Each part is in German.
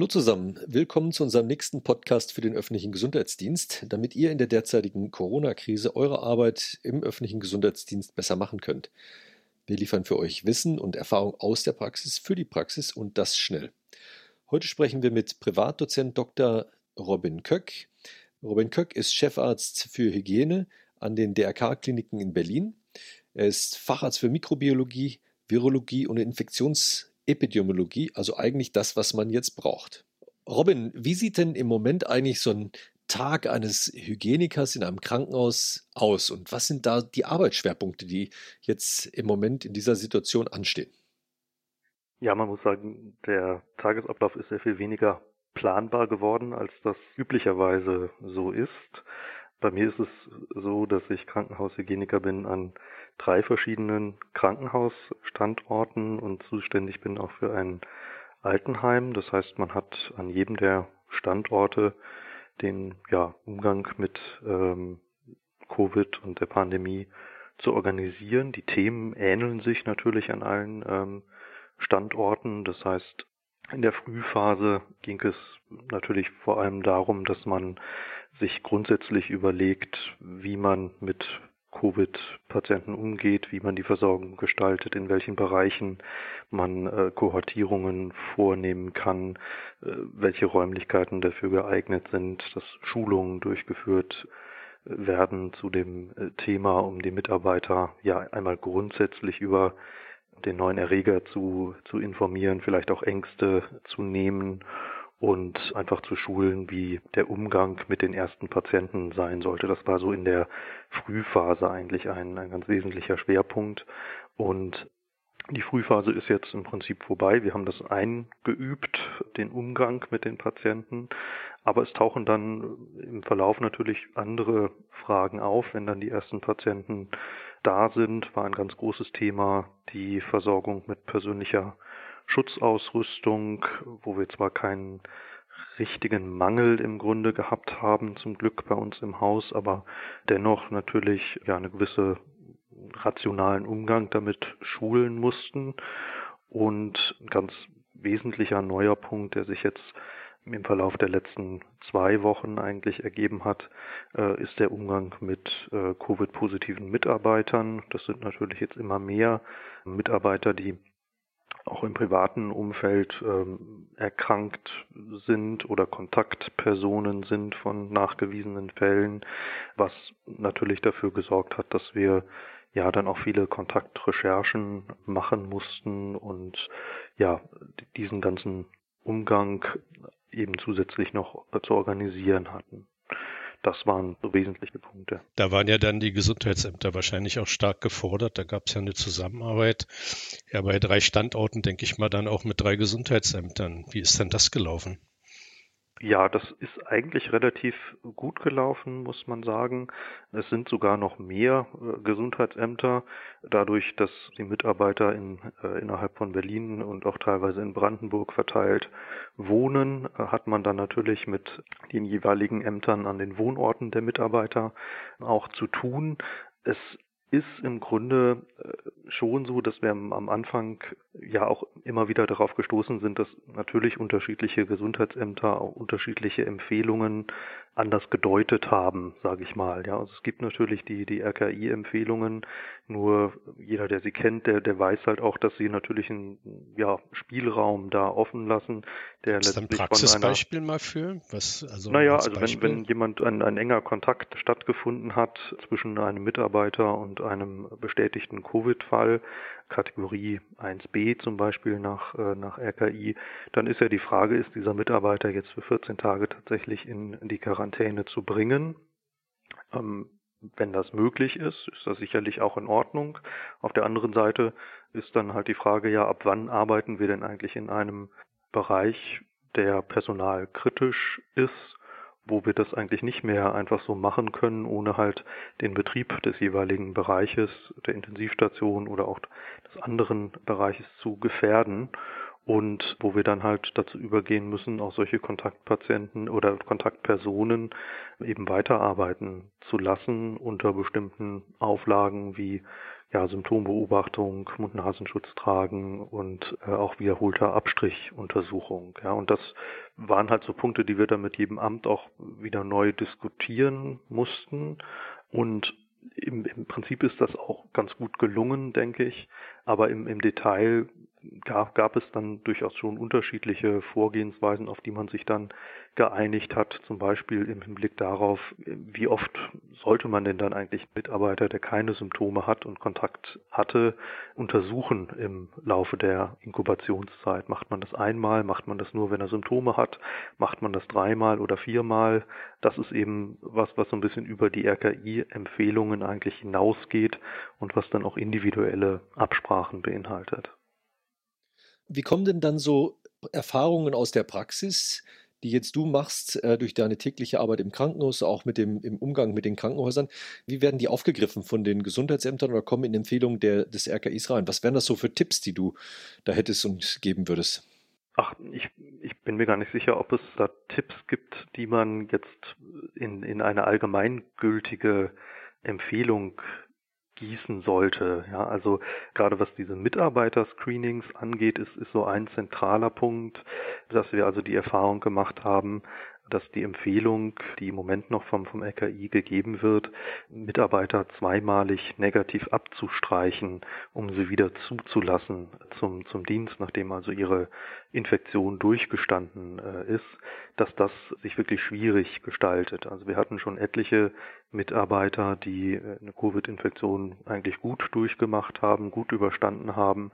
Hallo zusammen, willkommen zu unserem nächsten Podcast für den öffentlichen Gesundheitsdienst, damit ihr in der derzeitigen Corona-Krise eure Arbeit im öffentlichen Gesundheitsdienst besser machen könnt. Wir liefern für euch Wissen und Erfahrung aus der Praxis für die Praxis und das schnell. Heute sprechen wir mit Privatdozent Dr. Robin Köck. Robin Köck ist Chefarzt für Hygiene an den DRK-Kliniken in Berlin. Er ist Facharzt für Mikrobiologie, Virologie und Infektionsepidemiologie, also eigentlich das, was man jetzt braucht. Robin, wie sieht denn im Moment eigentlich so ein Tag eines Hygienikers in einem Krankenhaus aus? Und was sind da die Arbeitsschwerpunkte, die jetzt im Moment in dieser Situation anstehen? Ja, man muss sagen, der Tagesablauf ist sehr viel weniger planbar geworden, als das üblicherweise so ist. Bei mir ist es so, dass ich Krankenhaushygieniker bin an 3 verschiedenen Krankenhausstandorten und zuständig bin auch für ein Altenheim. Das heißt, man hat an jedem der Standorte den Umgang mit Covid und der Pandemie zu organisieren. Die Themen ähneln sich natürlich an allen Standorten. Das heißt, in der Frühphase ging es natürlich vor allem darum, dass man sich grundsätzlich überlegt, wie man mit Covid-Patienten umgeht, wie man die Versorgung gestaltet, in welchen Bereichen man Kohortierungen vornehmen kann, welche Räumlichkeiten dafür geeignet sind, dass Schulungen durchgeführt werden zu dem Thema, um die Mitarbeiter einmal grundsätzlich über den neuen Erreger zu informieren, vielleicht auch Ängste zu nehmen und einfach zu schulen, wie der Umgang mit den ersten Patienten sein sollte. Das war so in der Frühphase eigentlich ein ganz wesentlicher Schwerpunkt. Und die Frühphase ist jetzt im Prinzip vorbei. Wir haben das eingeübt, den Umgang mit den Patienten. Aber es tauchen dann im Verlauf natürlich andere Fragen auf, wenn dann die ersten Patienten da sind. War ein ganz großes Thema die Versorgung mit persönlicher Schutzausrüstung, wo wir zwar keinen richtigen Mangel im Grunde gehabt haben, zum Glück bei uns im Haus, aber dennoch natürlich eine gewisse rationalen Umgang damit schulen mussten. Und ein ganz wesentlicher neuer Punkt, der sich jetzt im Verlauf der letzten 2 Wochen eigentlich ergeben hat, ist der Umgang mit Covid-positiven Mitarbeitern. Das sind natürlich jetzt immer mehr Mitarbeiter, die auch im privaten Umfeld erkrankt sind oder Kontaktpersonen sind von nachgewiesenen Fällen, was natürlich dafür gesorgt hat, dass wir dann auch viele Kontaktrecherchen machen mussten und diesen ganzen Umgang eben zusätzlich noch zu organisieren hatten. Das waren so wesentliche Punkte. Da waren ja dann die Gesundheitsämter wahrscheinlich auch stark gefordert. Da gab es ja eine Zusammenarbeit. Ja, bei 3 Standorten denke ich mal dann auch mit 3 Gesundheitsämtern. Wie ist denn das gelaufen? Ja, das ist eigentlich relativ gut gelaufen, muss man sagen. Es sind sogar noch mehr Gesundheitsämter. Dadurch, dass die Mitarbeiter innerhalb von Berlin und auch teilweise in Brandenburg verteilt wohnen, hat man dann natürlich mit den jeweiligen Ämtern an den Wohnorten der Mitarbeiter auch zu tun. Es ist im Grunde schon so, dass wir am Anfang ja auch immer wieder darauf gestoßen sind, dass natürlich unterschiedliche Gesundheitsämter auch unterschiedliche Empfehlungen anders gedeutet haben, sage ich mal. Ja, also es gibt natürlich die RKI-Empfehlungen, nur jeder, der sie kennt, der weiß halt auch, dass sie natürlich einen Spielraum da offen lassen, der Ist letztlich ein Praxisbeispiel mal für? Was, also als Beispiel? Wenn jemand ein enger Kontakt stattgefunden hat zwischen einem Mitarbeiter und einem bestätigten Covid-Fall, Kategorie 1b zum Beispiel nach RKI, dann ist ja die Frage, ist dieser Mitarbeiter jetzt für 14 Tage tatsächlich in die Quarantäne zu bringen? Wenn das möglich ist das sicherlich auch in Ordnung. Auf der anderen Seite ist dann halt die Frage, ab wann arbeiten wir denn eigentlich in einem Bereich, der personalkritisch ist, wo wir das eigentlich nicht mehr einfach so machen können, ohne halt den Betrieb des jeweiligen Bereiches, der Intensivstation oder auch des anderen Bereiches zu gefährden. Und wo wir dann halt dazu übergehen müssen, auch solche Kontaktpatienten oder Kontaktpersonen eben weiterarbeiten zu lassen unter bestimmten Auflagen wie Symptombeobachtung, Mund-Nasenschutz tragen und auch wiederholter Abstrichuntersuchung. Ja, und das waren halt so Punkte, die wir dann mit jedem Amt auch wieder neu diskutieren mussten. Und im Prinzip ist das auch ganz gut gelungen, denke ich. Aber im Detail gab es dann durchaus schon unterschiedliche Vorgehensweisen, auf die man sich dann geeinigt hat, zum Beispiel im Hinblick darauf, wie oft sollte man denn dann eigentlich einen Mitarbeiter, der keine Symptome hat und Kontakt hatte, untersuchen im Laufe der Inkubationszeit. Macht man das einmal, macht man das nur, wenn er Symptome hat, macht man das dreimal oder viermal? Das ist eben was so ein bisschen über die RKI-Empfehlungen eigentlich hinausgeht und was dann auch individuelle Absprachen beinhaltet. Wie kommen denn dann so Erfahrungen aus der Praxis, die jetzt du machst, durch deine tägliche Arbeit im Krankenhaus, auch im Umgang mit den Krankenhäusern, wie werden die aufgegriffen von den Gesundheitsämtern oder kommen in Empfehlungen des RKIs rein? Was wären das so für Tipps, die du da hättest und geben würdest? Ach, ich bin mir gar nicht sicher, ob es da Tipps gibt, die man jetzt in eine allgemeingültige Empfehlung gießen sollte. Ja, also gerade was diese Mitarbeiter-Screenings angeht, ist so ein zentraler Punkt, dass wir also die Erfahrung gemacht haben, dass die Empfehlung, die im Moment noch vom RKI gegeben wird, Mitarbeiter zweimalig negativ abzustreichen, um sie wieder zuzulassen zum Dienst, nachdem also ihre Infektion durchgestanden ist, dass das sich wirklich schwierig gestaltet. Also wir hatten schon etliche Mitarbeiter, die eine Covid-Infektion eigentlich gut durchgemacht haben, gut überstanden haben,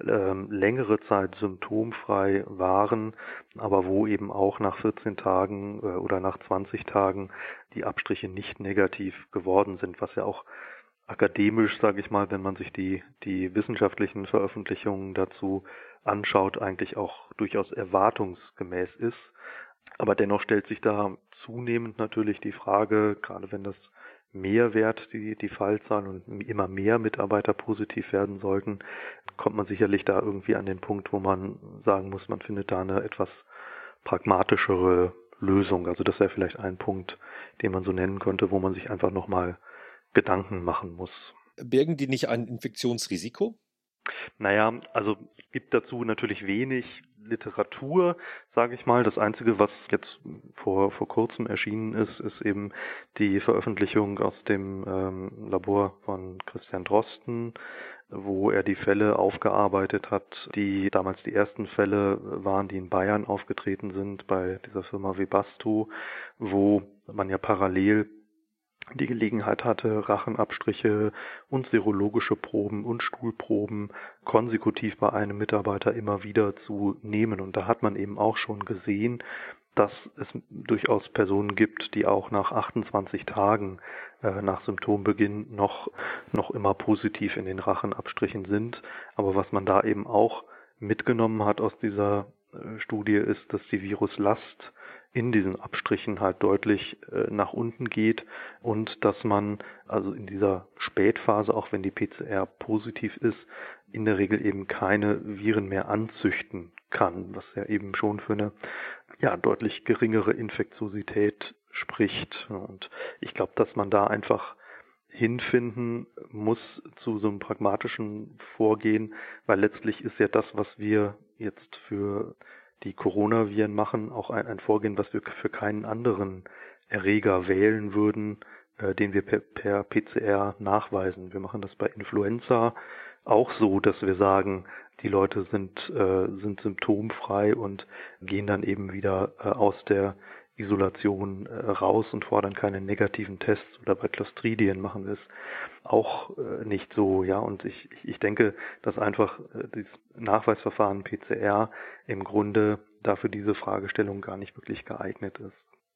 längere Zeit symptomfrei waren, aber wo eben auch nach 14 Tagen oder nach 20 Tagen die Abstriche nicht negativ geworden sind, was ja auch akademisch, sage ich mal, wenn man sich die wissenschaftlichen Veröffentlichungen dazu anschaut, eigentlich auch durchaus erwartungsgemäß ist. Aber dennoch stellt sich da zunehmend natürlich die Frage, gerade wenn das mehr wird, die Fallzahlen und immer mehr Mitarbeiter positiv werden sollten, kommt man sicherlich da irgendwie an den Punkt, wo man sagen muss, man findet da eine etwas pragmatischere Lösung. Also das wäre vielleicht ein Punkt, den man so nennen könnte, wo man sich einfach nochmal Gedanken machen muss. Bergen die nicht ein Infektionsrisiko? Naja, also es gibt dazu natürlich wenig Literatur, sage ich mal. Das Einzige, was jetzt vor kurzem erschienen ist eben die Veröffentlichung aus dem Labor von Christian Drosten, wo er die Fälle aufgearbeitet hat, die damals die ersten Fälle waren, die in Bayern aufgetreten sind, bei dieser Firma Webasto, wo man ja parallel die Gelegenheit hatte, Rachenabstriche und serologische Proben und Stuhlproben konsekutiv bei einem Mitarbeiter immer wieder zu nehmen. Und da hat man eben auch schon gesehen, dass es durchaus Personen gibt, die auch nach 28 Tagen nach Symptombeginn noch immer positiv in den Rachenabstrichen sind. Aber was man da eben auch mitgenommen hat aus dieser Studie ist, dass die Viruslast in diesen Abstrichen halt deutlich nach unten geht und dass man also in dieser Spätphase, auch wenn die PCR positiv ist, in der Regel eben keine Viren mehr anzüchten kann, was ja eben schon für eine deutlich geringere Infektiosität spricht. Und ich glaube, dass man da einfach hinfinden muss zu so einem pragmatischen Vorgehen, weil letztlich ist ja das, was wir jetzt für die Coronaviren machen, auch ein Vorgehen, was wir für keinen anderen Erreger wählen würden, den wir per PCR nachweisen. Wir machen das bei Influenza auch so, dass wir sagen, die Leute sind symptomfrei und gehen dann eben wieder aus der Isolation raus und fordern keine negativen Tests, oder bei Clostridien machen wir es auch nicht so, ja, und ich denke, dass einfach dieses Nachweisverfahren PCR im Grunde dafür diese Fragestellung gar nicht wirklich geeignet ist.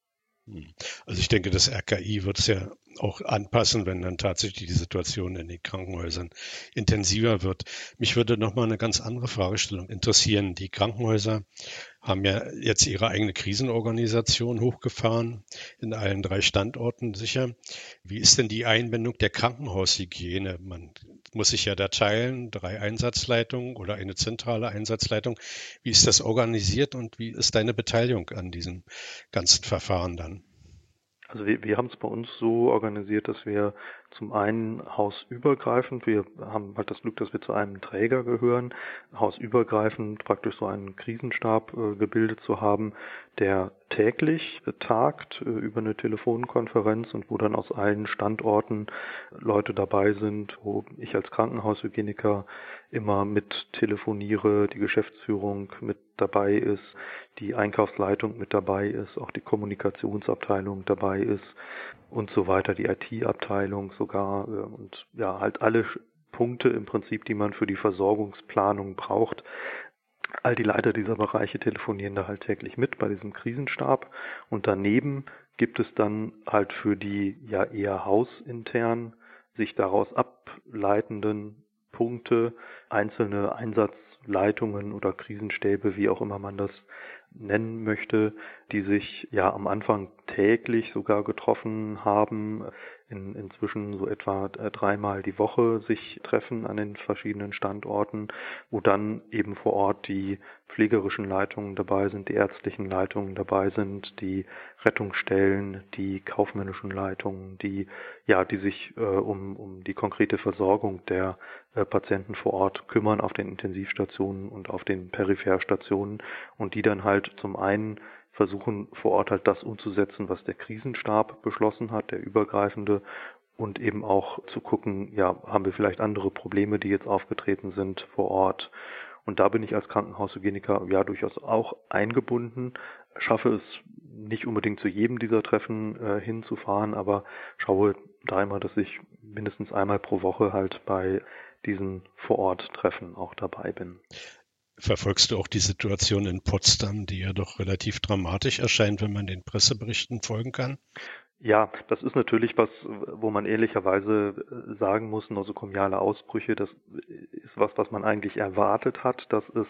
Also ich denke, das RKI wird es ja auch anpassen, wenn dann tatsächlich die Situation in den Krankenhäusern intensiver wird. Mich würde noch mal eine ganz andere Fragestellung interessieren. Die Krankenhäuser haben ja jetzt ihre eigene Krisenorganisation hochgefahren, in allen 3 Standorten sicher. Wie ist denn die Einbindung der Krankenhaushygiene? Man muss sich ja da teilen, 3 Einsatzleitungen oder eine zentrale Einsatzleitung. Wie ist das organisiert und wie ist deine Beteiligung an diesem ganzen Verfahren dann? Also wir haben es bei uns so organisiert, dass wir zum einen hausübergreifend. Wir haben halt das Glück, dass wir zu einem Träger gehören, hausübergreifend praktisch so einen Krisenstab gebildet zu haben, der täglich tagt über eine Telefonkonferenz und wo dann aus allen Standorten Leute dabei sind, wo ich als Krankenhaushygieniker immer mit telefoniere, die Geschäftsführung mit dabei ist, die Einkaufsleitung mit dabei ist, auch die Kommunikationsabteilung dabei ist und so weiter, die IT-Abteilung sogar und ja, halt alle Punkte im Prinzip, die man für die Versorgungsplanung braucht. All die Leiter dieser Bereiche telefonieren da halt täglich mit bei diesem Krisenstab und daneben gibt es dann halt für die ja eher hausintern sich daraus ableitenden Punkte einzelne Einsatzleitungen oder Krisenstäbe, wie auch immer man das nennen möchte, die sich ja am Anfang täglich sogar getroffen haben, inzwischen so etwa 3-mal die Woche sich treffen an den verschiedenen Standorten, wo dann eben vor Ort die pflegerischen Leitungen dabei sind, die ärztlichen Leitungen dabei sind, die Rettungsstellen, die kaufmännischen Leitungen, die sich um die konkrete Versorgung der Patienten vor Ort kümmern auf den Intensivstationen und auf den Peripherstationen und die dann halt zum einen versuchen vor Ort halt das umzusetzen, was der Krisenstab beschlossen hat, der übergreifende, und eben auch zu gucken, ja, haben wir vielleicht andere Probleme, die jetzt aufgetreten sind vor Ort. Und da bin ich als Krankenhaushygieniker ja durchaus auch eingebunden, schaffe es nicht unbedingt zu jedem dieser Treffen hinzufahren, aber schaue da immer, dass ich mindestens einmal pro Woche halt bei diesen Vor-Ort-Treffen auch dabei bin. Verfolgst du auch die Situation in Potsdam, die ja doch relativ dramatisch erscheint, wenn man den Presseberichten folgen kann? Ja, das ist natürlich was, wo man ehrlicherweise sagen muss, nosokomiale Ausbrüche, das ist was man eigentlich erwartet hat, dass es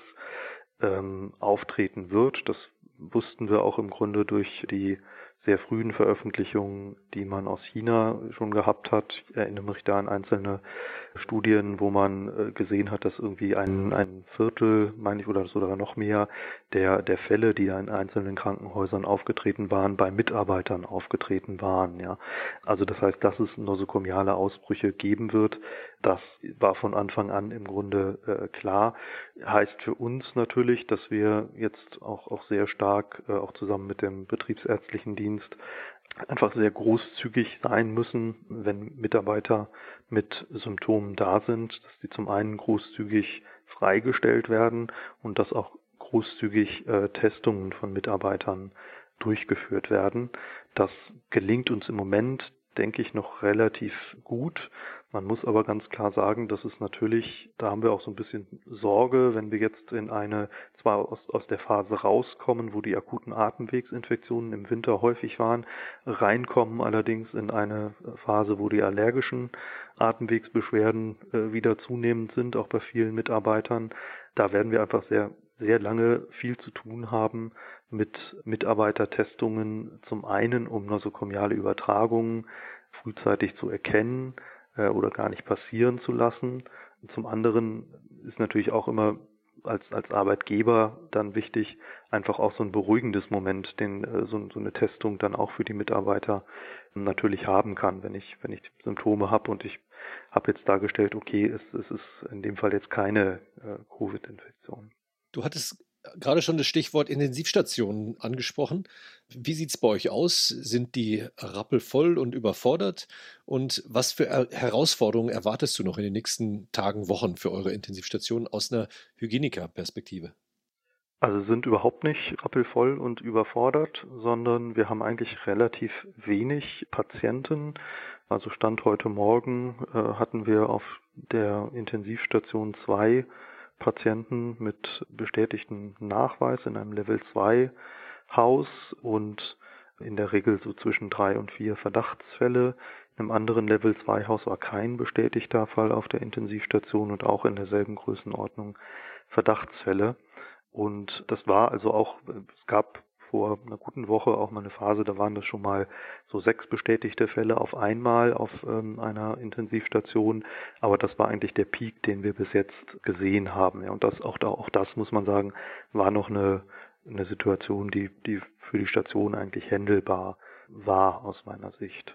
auftreten wird. Das wussten wir auch im Grunde durch die sehr frühen Veröffentlichungen, die man aus China schon gehabt hat. Ich erinnere mich da an einzelne Studien, wo man gesehen hat, dass irgendwie ein Viertel, meine ich, oder sogar noch mehr der Fälle, die in einzelnen Krankenhäusern aufgetreten waren, bei Mitarbeitern aufgetreten waren. Ja, also das heißt, dass es nosokomiale Ausbrüche geben wird, das war von Anfang an im Grunde klar. Heißt für uns natürlich, dass wir jetzt auch sehr stark, auch zusammen mit dem betriebsärztlichen Dienst, einfach sehr großzügig sein müssen, wenn Mitarbeiter mit Symptomen da sind, dass die zum einen großzügig freigestellt werden und dass auch großzügig Testungen von Mitarbeitern durchgeführt werden. Das gelingt uns im Moment, denke ich, noch relativ gut. Man muss aber ganz klar sagen, dass es natürlich, da haben wir auch so ein bisschen Sorge, wenn wir jetzt in zwar aus der Phase rauskommen, wo die akuten Atemwegsinfektionen im Winter häufig waren, reinkommen allerdings in eine Phase, wo die allergischen Atemwegsbeschwerden wieder zunehmend sind, auch bei vielen Mitarbeitern. Da werden wir einfach sehr, sehr lange viel zu tun haben mit Mitarbeitertestungen, zum einen um nosokomiale Übertragungen frühzeitig zu erkennen oder gar nicht passieren zu lassen. Und zum anderen ist natürlich auch immer als Arbeitgeber dann wichtig, einfach auch so ein beruhigendes Moment, den so eine Testung dann auch für die Mitarbeiter natürlich haben kann, wenn ich Symptome habe und ich habe jetzt dargestellt, okay, es ist in dem Fall jetzt keine Covid-Infektion. Du hattest gerade schon das Stichwort Intensivstationen angesprochen. Wie sieht es bei euch aus? Sind die rappelvoll und überfordert? Und was für Herausforderungen erwartest du noch in den nächsten Tagen, Wochen für eure Intensivstationen aus einer Hygienikerperspektive? Also sind überhaupt nicht rappelvoll und überfordert, sondern wir haben eigentlich relativ wenig Patienten. Also Stand heute Morgen hatten wir auf der Intensivstation 2 Patienten mit bestätigtem Nachweis in einem Level 2 Haus und in der Regel so zwischen 3 und 4 Verdachtsfälle. In einem anderen Level 2 Haus war kein bestätigter Fall auf der Intensivstation und auch in derselben Größenordnung Verdachtsfälle. Und das war also auch, es gab vor einer guten Woche auch mal eine Phase, da waren das schon mal so 6 bestätigte Fälle auf einmal auf einer Intensivstation. Aber das war eigentlich der Peak, den wir bis jetzt gesehen haben. Ja, und auch das muss man sagen, war noch eine Situation, die für die Station eigentlich händelbar war aus meiner Sicht.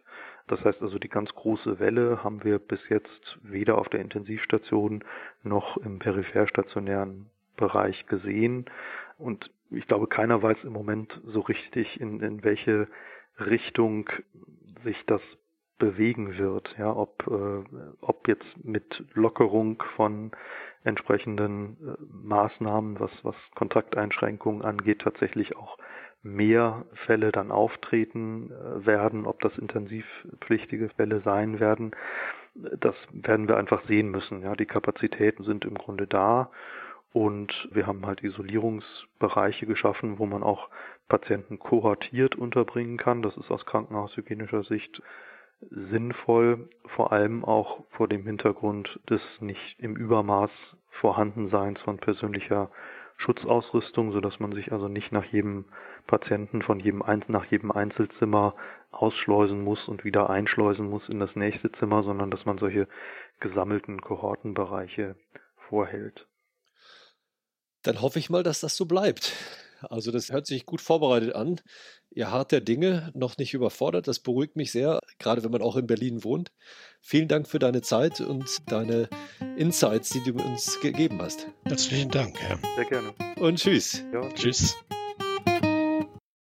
Das heißt also, die ganz große Welle haben wir bis jetzt weder auf der Intensivstation noch im peripherstationären Bereich gesehen. Und ich glaube, keiner weiß im Moment so richtig, in welche Richtung sich das bewegen wird. Ja, ob jetzt mit Lockerung von entsprechenden Maßnahmen, was Kontakteinschränkungen angeht, tatsächlich auch mehr Fälle dann auftreten werden, ob das intensivpflichtige Fälle sein werden, das werden wir einfach sehen müssen. Ja, die Kapazitäten sind im Grunde da und wir haben halt Isolierungsbereiche geschaffen, wo man auch Patienten kohortiert unterbringen kann. Das ist aus krankenhaushygienischer Sicht sinnvoll, vor allem auch vor dem Hintergrund des nicht im Übermaß Vorhandenseins von persönlicher Schutzausrüstung, sodass man sich also nicht nach jedem Patienten nach jedem Einzelzimmer ausschleusen muss und wieder einschleusen muss in das nächste Zimmer, sondern dass man solche gesammelten Kohortenbereiche vorhält. Dann hoffe ich mal, dass das so bleibt. Also das hört sich gut vorbereitet an. Ihr harrt der Dinge, noch nicht überfordert. Das beruhigt mich sehr, gerade wenn man auch in Berlin wohnt. Vielen Dank für deine Zeit und deine Insights, die du uns gegeben hast. Herzlichen Dank. Sehr gerne. Und tschüss. Ja, Tschüss.